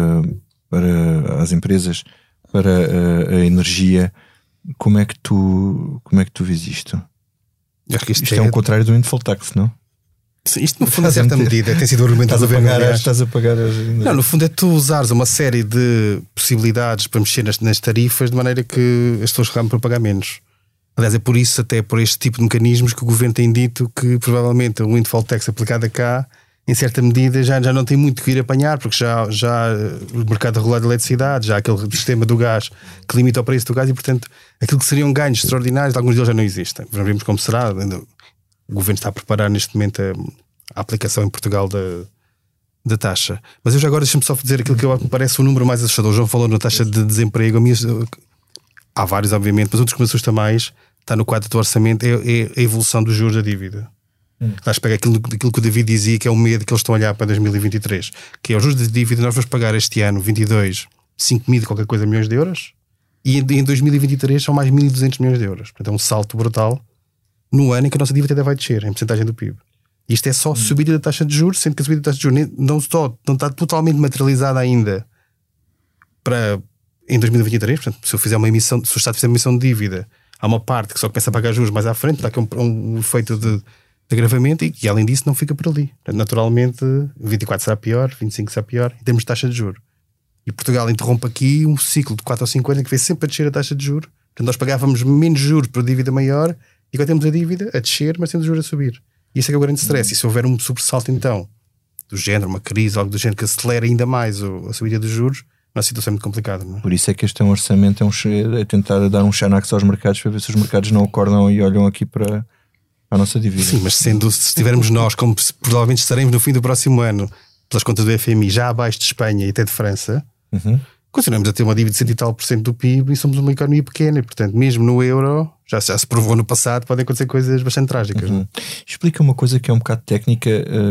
para as empresas para a energia, como é que tu vês isto? Acho que Isto é um contrário do windfall tax, não? Sim, isto no fundo, a certa medida, tem sido argumentado Estás a pagar as... Não, no fundo é tu usares uma série de possibilidades para mexer nas tarifas de maneira que as pessoas reclamam para pagar menos. Aliás, é por isso, até por este tipo de mecanismos, que o governo tem dito que provavelmente o windfall tax aplicado cá, em certa medida, já não tem muito que ir apanhar, porque já o mercado regulado de eletricidade, já aquele sistema do gás que limita o preço do gás e, portanto, aquilo que seriam ganhos extraordinários, alguns deles já não existem. Veremos como será. O governo está a preparar neste momento a aplicação em Portugal da taxa. Mas eu já agora deixa-me só dizer aquilo que me parece o número mais assustador. O João falou na taxa de desemprego. Há vários, obviamente, mas um dos que me assusta mais, está no quadro do orçamento, é a evolução dos juros da dívida. Estás a pegar aquilo que o David dizia, que é o medo que eles estão a olhar para 2023, que é os juros de dívida. Nós vamos pagar este ano, 22, 5.000 qualquer coisa milhões de euros, e em 2023 são mais 1.200 milhões de euros. Portanto, é um salto brutal no ano em que a nossa dívida até vai descer em porcentagem do PIB. Isto é só subida da taxa de juros, sendo que a subida da taxa de juros não está totalmente materializada ainda para em 2023. Portanto, se eu fizer uma emissão, se o Estado fizer uma emissão de dívida, há uma parte que só começa a pagar juros mais à frente, dá aqui um efeito de agravamento e além disso não fica por ali. Portanto, naturalmente 24 será pior, 25 será pior em termos de taxa de juros. E Portugal interrompe aqui um ciclo de 4 ou 5 anos em que vem sempre a descer a taxa de juros. Portanto, nós pagávamos menos juros por dívida maior e agora temos a dívida a descer, mas temos os juros a subir. E isso é que é o grande stress. E se houver um sobressalto então do género, uma crise, algo do género que acelera ainda mais a subida dos juros, a situação é muito complicada, não é? Por isso é que este é um orçamento, é tentar dar um xanax aos mercados para ver se os mercados não acordam e olham aqui para a nossa dívida. Sim, mas se estivermos nós, como provavelmente estaremos no fim do próximo ano, pelas contas do FMI, já abaixo de Espanha e até de França, continuamos a ter uma dívida de 100 e tal % do PIB e somos uma economia pequena. E, portanto, mesmo no euro, já se provou no passado, podem acontecer coisas bastante trágicas. Não é? Explica uma coisa que é um bocado técnica,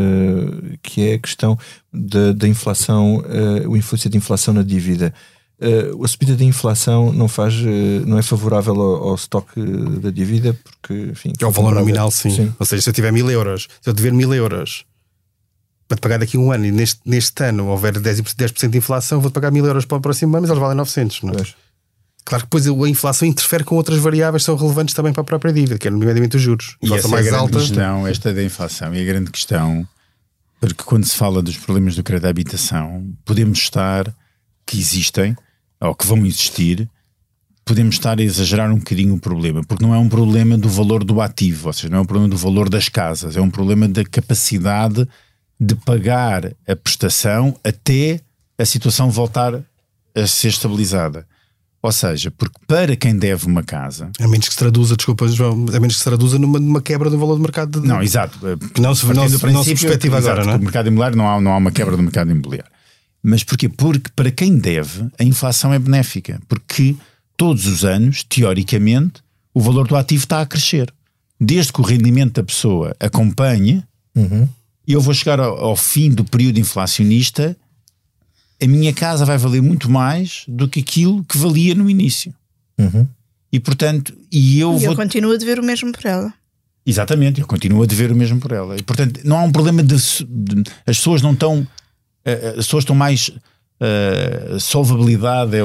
que é a questão da inflação, a influência da inflação na dívida. A subida da inflação não é favorável ao estoque da dívida, porque, enfim, é o valor nominal, sim. Ou seja, se eu tiver 1.000 euros, se eu dever 1.000 euros para te pagar daqui a um ano e neste ano houver 10% de inflação, vou-te pagar 1.000 euros para o próximo ano, mas eles valem 900, não é? Claro que depois a inflação interfere com outras variáveis que são relevantes também para a própria dívida, que é nomeadamente os juros. E essa mais é a grande questão, esta da inflação, e a grande questão, porque quando se fala dos problemas do crédito à habitação, podemos estar, que existem, ou que vão existir, podemos estar a exagerar um bocadinho o problema, porque não é um problema do valor do ativo, ou seja, não é um problema do valor das casas, é um problema da capacidade de pagar a prestação até a situação voltar a ser estabilizada. Ou seja, porque para quem deve uma casa... A menos que se traduza, desculpa João, a menos que se traduza numa quebra do valor do mercado. Não, exato. Não se perspectiva agora, não é? No mercado imobiliário não há uma quebra do mercado imobiliário. Mas porquê? Porque para quem deve, a inflação é benéfica. Porque todos os anos, teoricamente, o valor do ativo está a crescer. Desde que o rendimento da pessoa acompanhe, eu vou chegar ao fim do período inflacionista, a minha casa vai valer muito mais do que aquilo que valia no início. E portanto, eu continuo a dever o mesmo por ela. Exatamente, eu continuo a dever o mesmo por ela. E portanto, não há um problema as pessoas não estão... As pessoas estão mais... solvabilidade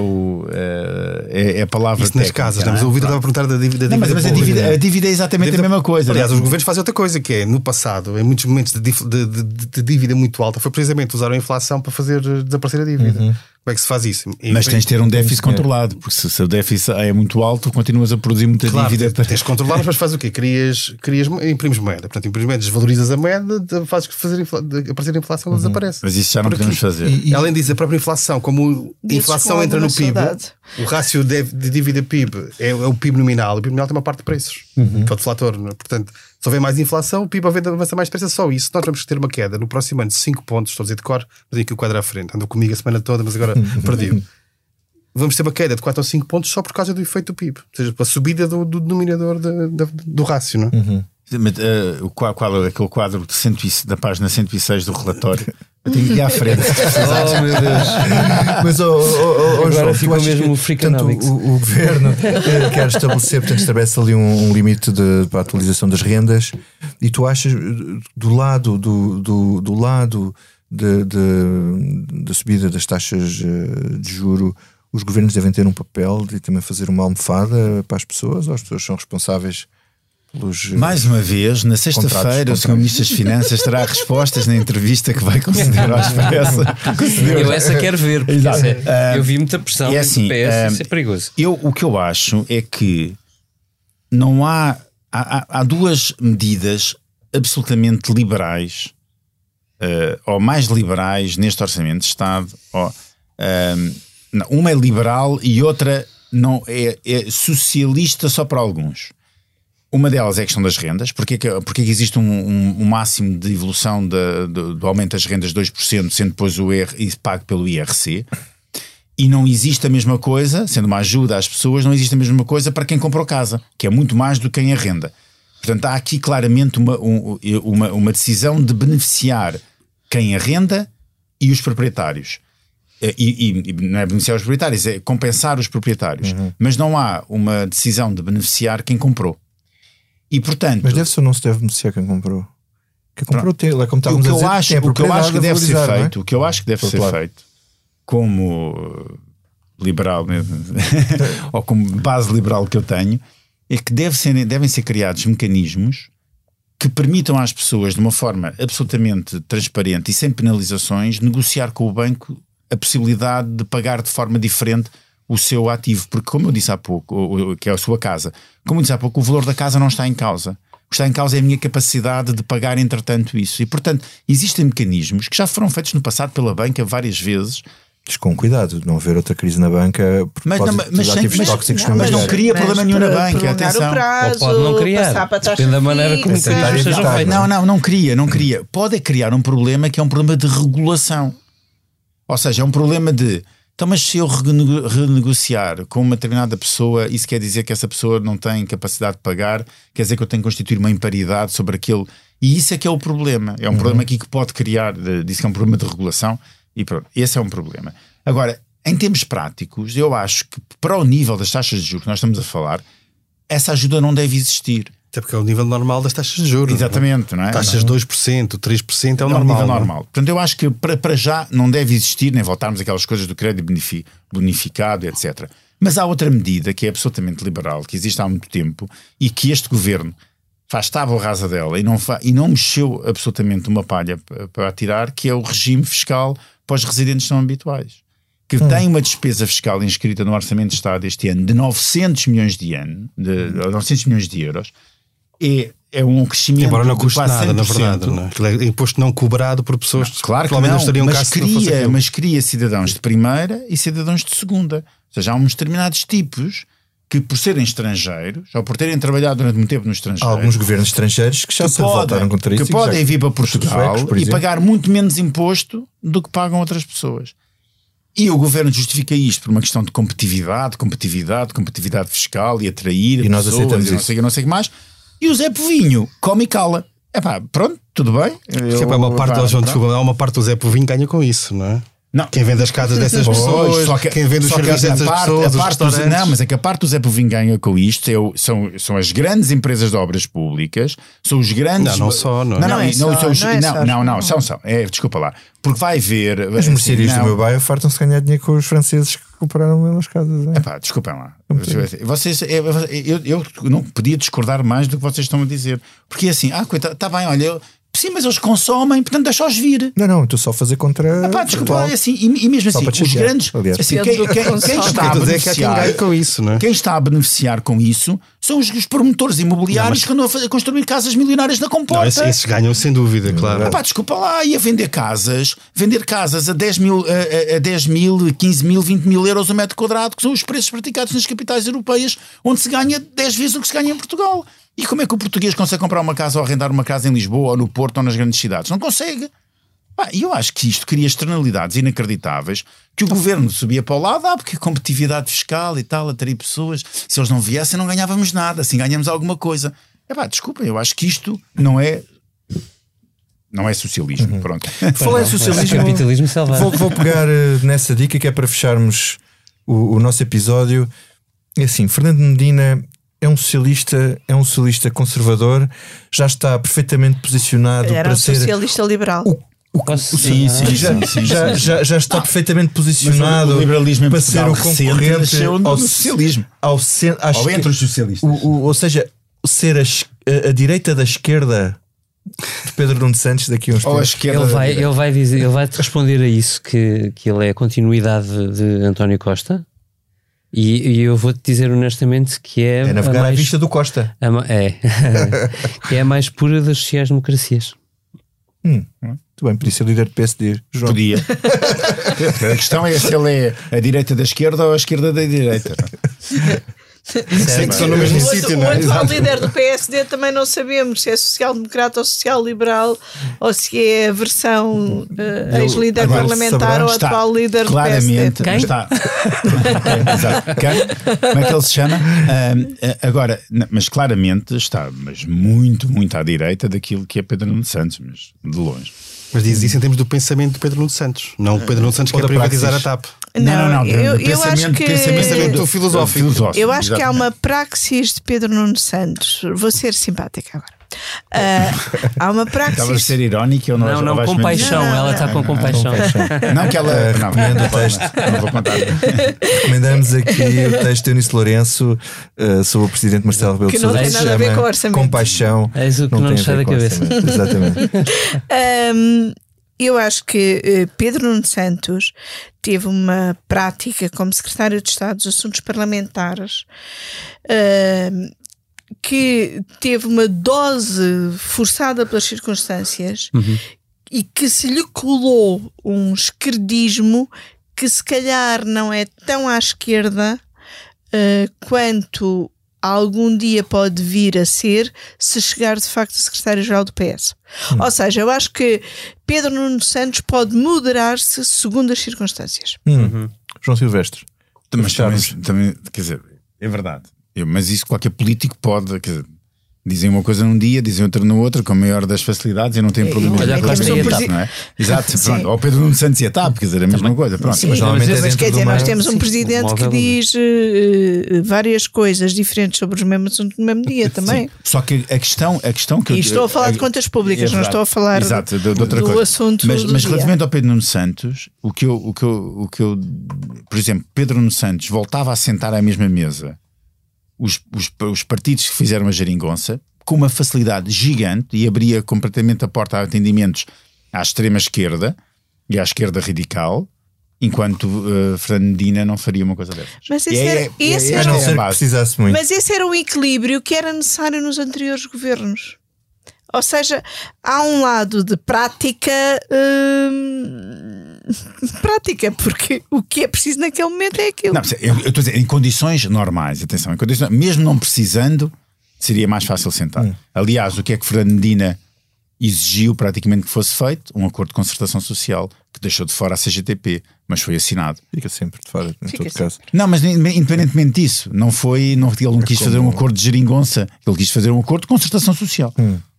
é a palavra isso nas casas, mas o Vitor estava a perguntar da dívida. Não, mas a dívida é exatamente a mesma coisa. Aliás, os governos fazem outra coisa, que é, no passado, em muitos momentos de dívida muito alta, foi precisamente usar a inflação para fazer desaparecer a dívida. Como é que se faz isso? Mas tens de ter um déficit controlado, porque se o déficit é muito alto, continuas a produzir muita dívida. Tens de controlar, mas fazes o quê? Imprimes moeda. Portanto, imprimes moeda, desvalorizas a moeda, fazes aparecer a inflação, desaparece. Mas isso já não podemos fazer. Além disso, a própria inflação, como a inflação entra no PIB, O rácio de dívida PIB é o PIB nominal. O PIB nominal tem uma parte de preços, que é o deflator. Não é? Portanto, se houver mais inflação, o PIB avança mais depressa. Só isso. Nós vamos ter uma queda no próximo ano de 5 pontos. Estou a dizer de cor, mas aqui o quadro à frente. Andou comigo a semana toda, mas agora perdi-o. Vamos ter uma queda de 4 ou 5 pontos só por causa do efeito do PIB. Ou seja, pela subida do denominador do rácio. Não é? Mas, aquele quadro da página 106 do relatório, eu tenho que ir à frente. Oh meu Deus. Mas Agora ficou mesmo o Freakonomics. O governo quer estabelecer, portanto, estabelece ali um limite para a atualização das rendas, e tu achas do lado da subida das taxas de juro, os governos devem ter um papel de também fazer uma almofada para as pessoas, ou as pessoas são responsáveis? Mais uma vez, na sexta-feira, o Sr. Ministro das Finanças terá respostas na entrevista que vai conceder ao Expresso. Eu essa quero ver, porque eu vi muita pressão. É assim, isso é perigoso. O que eu acho é que não há duas medidas absolutamente liberais, ou mais liberais neste Orçamento de Estado. Uma é liberal e outra não é socialista só para alguns. Uma delas é a questão das rendas. Porque que existe um máximo de evolução do aumento das rendas de 2%, sendo depois pago pelo IRC, e não existe a mesma coisa, sendo uma ajuda às pessoas, não existe a mesma coisa para quem comprou casa, que é muito mais do que quem arrenda. Portanto, há aqui claramente uma decisão de beneficiar quem arrenda e os proprietários. E não é beneficiar os proprietários, é compensar os proprietários. Mas não há uma decisão de beneficiar quem comprou. E, portanto, mas deve-se ou não se deve beneficiar quem comprou? Quem comprou tem, como estávamos a dizer, o que eu acho que deve ser feito, o que eu acho que deve ser feito como liberal ou como base liberal que eu tenho, é que devem ser criados mecanismos que permitam às pessoas, de uma forma absolutamente transparente e sem penalizações, negociar com o banco a possibilidade de pagar de forma diferente o seu ativo, porque, como eu disse há pouco, que é a sua casa, como eu disse há pouco, o valor da casa não está em causa. O que está em causa é a minha capacidade de pagar, entretanto, isso. E, portanto, existem mecanismos que já foram feitos no passado pela banca várias vezes. Mas com cuidado, de não haver outra crise na banca, mas não cria problema nenhum na banca, atenção. Prazo, ou pode não criar, depende da maneira como sejam feitos. Não cria. Pode criar um problema que é um problema de regulação. Ou seja, é um problema de... Então, mas se eu renegociar com uma determinada pessoa, isso quer dizer que essa pessoa não tem capacidade de pagar, quer dizer que eu tenho que constituir uma imparidade sobre aquele... E isso é que é o problema. É um problema aqui que pode criar, diz que é um problema de regulação, e pronto, esse é um problema. Agora, em termos práticos, eu acho que para o nível das taxas de juros que nós estamos a falar, essa ajuda não deve existir. Até porque é o nível normal das taxas de juros. Exatamente, não é? Taxas de 2%, 3% é o normal. Nível normal. Portanto, eu acho que para já não deve existir, nem voltarmos aquelas coisas do crédito bonificado, etc. Mas há outra medida que é absolutamente liberal, que existe há muito tempo, e que este governo faz tábua rasa dela e não mexeu absolutamente uma palha para tirar, que é o regime fiscal para os residentes não habituais. Que tem uma despesa fiscal inscrita no Orçamento de Estado este ano de 900 milhões de euros. É um crescimento. Embora não custe de quase nada, 100%. na verdade. Não é? Aquilo é imposto não cobrado por pessoas que claro que provavelmente não, estariam mas cria cidadãos de primeira e cidadãos de segunda. Ou seja, há uns determinados tipos que, por serem estrangeiros ou por terem trabalhado durante muito tempo no estrangeiro, há alguns governos estrangeiros que já se voltaram contra isso, que podem vir para Portugal e pagar muito menos imposto do que pagam outras pessoas. E o governo justifica isto por uma questão de competitividade fiscal e atrair e nós pessoas, aceitamos e não sei o que mais. E o Zé Povinho come e cala. Pronto, tudo bem. Há uma parte do Zé Povinho ganha com isso, não é? Não. Quem vende as casas dessas pessoas, quem vende os serviços dessas pessoas, não, mas é que a parte do Zé Povinho ganha com isto são as grandes empresas de obras públicas, são os grandes... Não são. Desculpa lá, porque vai ver... As mercearias do meu bairro fartam-se ganhar dinheiro com os franceses que compraram as casas. Desculpem lá. Eu não podia discordar mais do que vocês estão a dizer. Porque assim, coitado, está bem, olha, Sim, mas eles consomem, portanto deixa-os vir. Não, estou só a fazer contra. Desculpa, é assim, e mesmo Só assim, para te os chatear, grandes. aliás. Assim, quem está a beneficiar com isso, não é? Quem está a beneficiar com isso são os promotores imobiliários que andam a construir casas milionárias na comporta. Não, esses ganham sem dúvida, claro. Desculpa lá, ia vender casas a 10 mil, 15 mil, 20 mil euros o metro quadrado, que são os preços praticados nas capitais europeias, onde se ganha 10 vezes o que se ganha em Portugal. E como é que o português consegue comprar uma casa ou arrendar uma casa em Lisboa ou no Porto ou nas grandes cidades? Não consegue. E eu acho que isto cria externalidades inacreditáveis que o governo subia para o lado, porque competitividade fiscal e tal, atrair pessoas. Se eles não viessem, não ganhávamos nada, assim ganhamos alguma coisa. Desculpa, eu acho que isto não é socialismo. Pronto. Falar em socialismo, capitalismo selvagem. Vou pegar nessa dica que é para fecharmos o nosso episódio. É assim, Fernando Medina é um socialista conservador, já está perfeitamente posicionado Era para um ser socialista liberal. já está perfeitamente posicionado o liberalismo para ser o concorrente ao socialismo. Ou entre os socialistas. Ou seja, ser a direita da esquerda de Pedro Nuno Santos daqui a uns tempos. Ele vai te responder a isso, que ele é a continuidade de António Costa. E eu vou-te dizer honestamente que é navegar à vista do Costa. Que é a mais pura das sociais-democracias. Muito bem, podia ser líder do PSD, João. Podia. A questão é se ele é a direita da esquerda ou a esquerda da direita. Que são no mesmo sítio, O não é? atual líder do PSD também não sabemos se é social-democrata ou social-liberal, ou se é a versão ex-líder agora parlamentar ou atual líder do claramente PSD. Quem? Está. Exato. Como é que ele se chama? Agora, mas claramente está, mas muito, muito à direita daquilo que é Pedro Nuno Santos, mas de longe. Mas diz isso em termos do pensamento de Pedro Nuno Santos. Não o Pedro Nuno Santos quer privatizar a TAP. Não. Eu acho que Pensamento filosófico. eu acho que há uma praxis de Pedro Nuno Santos. Vou ser simpática agora. Há uma praxis. Estava a ser irónica ou não? Não, com paixão. Ela está com compaixão. Não, que ela. Recomendo o texto. Não vou contar. Recomendamos aqui o texto de Eunice Lourenço sobre o presidente Marcelo Rebelo de Que não Sousa, tem nada a ver com o orçamento. Compaixão. É isso que não tem nos a sai ver da com cabeça. orçamento. Exatamente. Eu acho que Pedro Nuno Santos teve uma prática como secretário de Estado dos Assuntos Parlamentares que teve uma dose forçada pelas circunstâncias e que se lhe colou um esquerdismo que se calhar não é tão à esquerda quanto algum dia pode vir a ser se chegar de facto a secretário-geral do PS. Ou seja, eu acho que Pedro Nuno Santos pode moderar-se segundo as circunstâncias. João Silvestre. Mas também, quer dizer, é verdade. Mas isso qualquer político pode, quer dizer, dizem uma coisa num dia, dizem outra no outro, com a maior das facilidades e não tem problema. Olha, não é? Exato, pronto. Ou Pedro Nuno Santos e a TAP, quer dizer, a mesma coisa. Pronto. Sim, mas normalmente mas quer dizer, nós temos um Sim, presidente que diz várias coisas diferentes sobre os mesmos assuntos no mesmo dia também. Sim. Só que a questão que E estou a falar de contas públicas, não estou a falar exato, de outra do coisa. assunto mas do dia. relativamente ao Pedro Nuno Santos, o que eu, por exemplo, Pedro Nuno Santos voltava a sentar à mesma mesa os partidos que fizeram a geringonça com uma facilidade gigante e abria completamente a porta a atendimentos à extrema esquerda e à esquerda radical, enquanto Fernando Medina não faria uma coisa dessas. Mas esse A era não ser que precisasse muito. Mas esse era o equilíbrio que era necessário nos anteriores governos. Ou seja, há um lado de prática, porque o que é preciso naquele momento é aquilo. Não, eu estou a dizer, em condições normais, atenção, mesmo não precisando, seria mais fácil sentar. Aliás, o que é que Fernando Medina exigiu praticamente que fosse feito? Um acordo de concertação social que deixou de fora a CGTP, mas foi assinado. Fica sempre de fora, em todo caso. Não, mas independentemente disso, ele não quis fazer um acordo de geringonça, ele quis fazer um acordo de concertação social.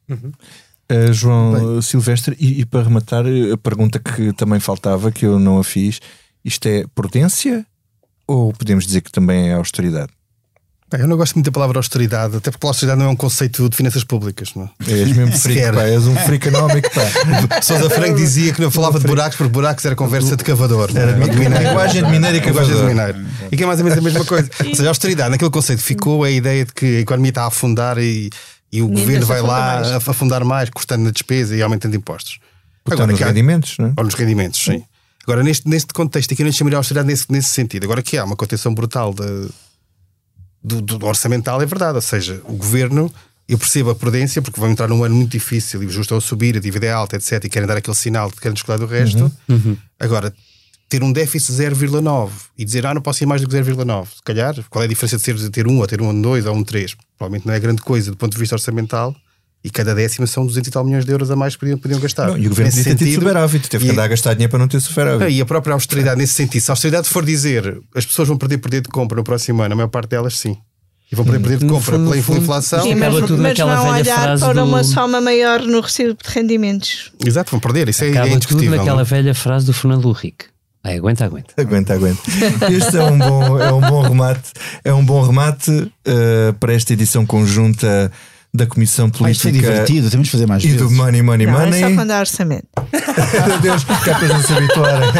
João Silvestre, e para rematar, a pergunta que também faltava, que eu não a fiz, isto é prudência ou podemos dizer que também é austeridade? Eu não gosto muito da palavra austeridade, até porque a austeridade não é um conceito de finanças públicas. Não é? És mesmo freak, pá, és um freakonómico, pá. Sousa Franco dizia que não falava de buracos, porque buracos era conversa de cavador. Era linguagem de mineiro e cavador. E que é mais ou menos a mesma coisa. Ou seja, a austeridade, naquele conceito ficou a ideia de que a economia está a afundar e E o governo vai lá afundar mais, cortando na despesa e aumentando impostos. Agora, nos rendimentos, não é? Ou nos rendimentos, sim. Agora, neste contexto aqui, eu não chamaria a austeridade nesse sentido. Agora que há uma contenção brutal do orçamental, é verdade. Ou seja, o governo, eu percebo a prudência, porque vão entrar num ano muito difícil e os juros estão a subir, a dívida é alta, etc. E querem dar aquele sinal de que querem descolar do resto. Agora, ter um déficit 0,9 e dizer, não posso ir mais do que 0,9. Se calhar, qual é a diferença de ter 1 ou ter 1,2 ou 1,3? Provavelmente não é grande coisa do ponto de vista orçamental. E cada décima são 200 e tal milhões de euros a mais que podiam gastar. Não, e o governo podia ter tido superávit, teve que andar a gastar dinheiro para não ter superávit. E a própria austeridade, nesse sentido, se a austeridade for dizer as pessoas vão perder poder de compra no próximo ano, a maior parte delas sim. E vão perder poder de compra pela inflação. Sim, mas vão olhar para uma soma maior no recibo de rendimentos. Exato, vão perder. Isso é indiscutível. Tudo naquela velha frase do Fernando Henrique. Aguenta. Este é um bom remate. É um bom remate para esta edição conjunta da Comissão Política. Foi divertido, temos de fazer mais e vezes. Do Money. Não, é só quando há orçamento. Adeus, que é para não se habituarem.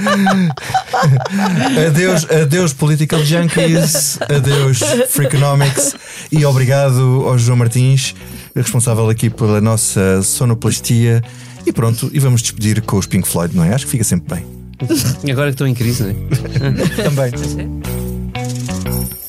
Adeus Political Junkies, adeus Freakonomics e obrigado ao João Martins, responsável aqui pela nossa sonoplastia. E pronto, e vamos despedir com os Pink Floyd, não é? Acho que fica sempre bem. Agora que estou em crise, não é? Também.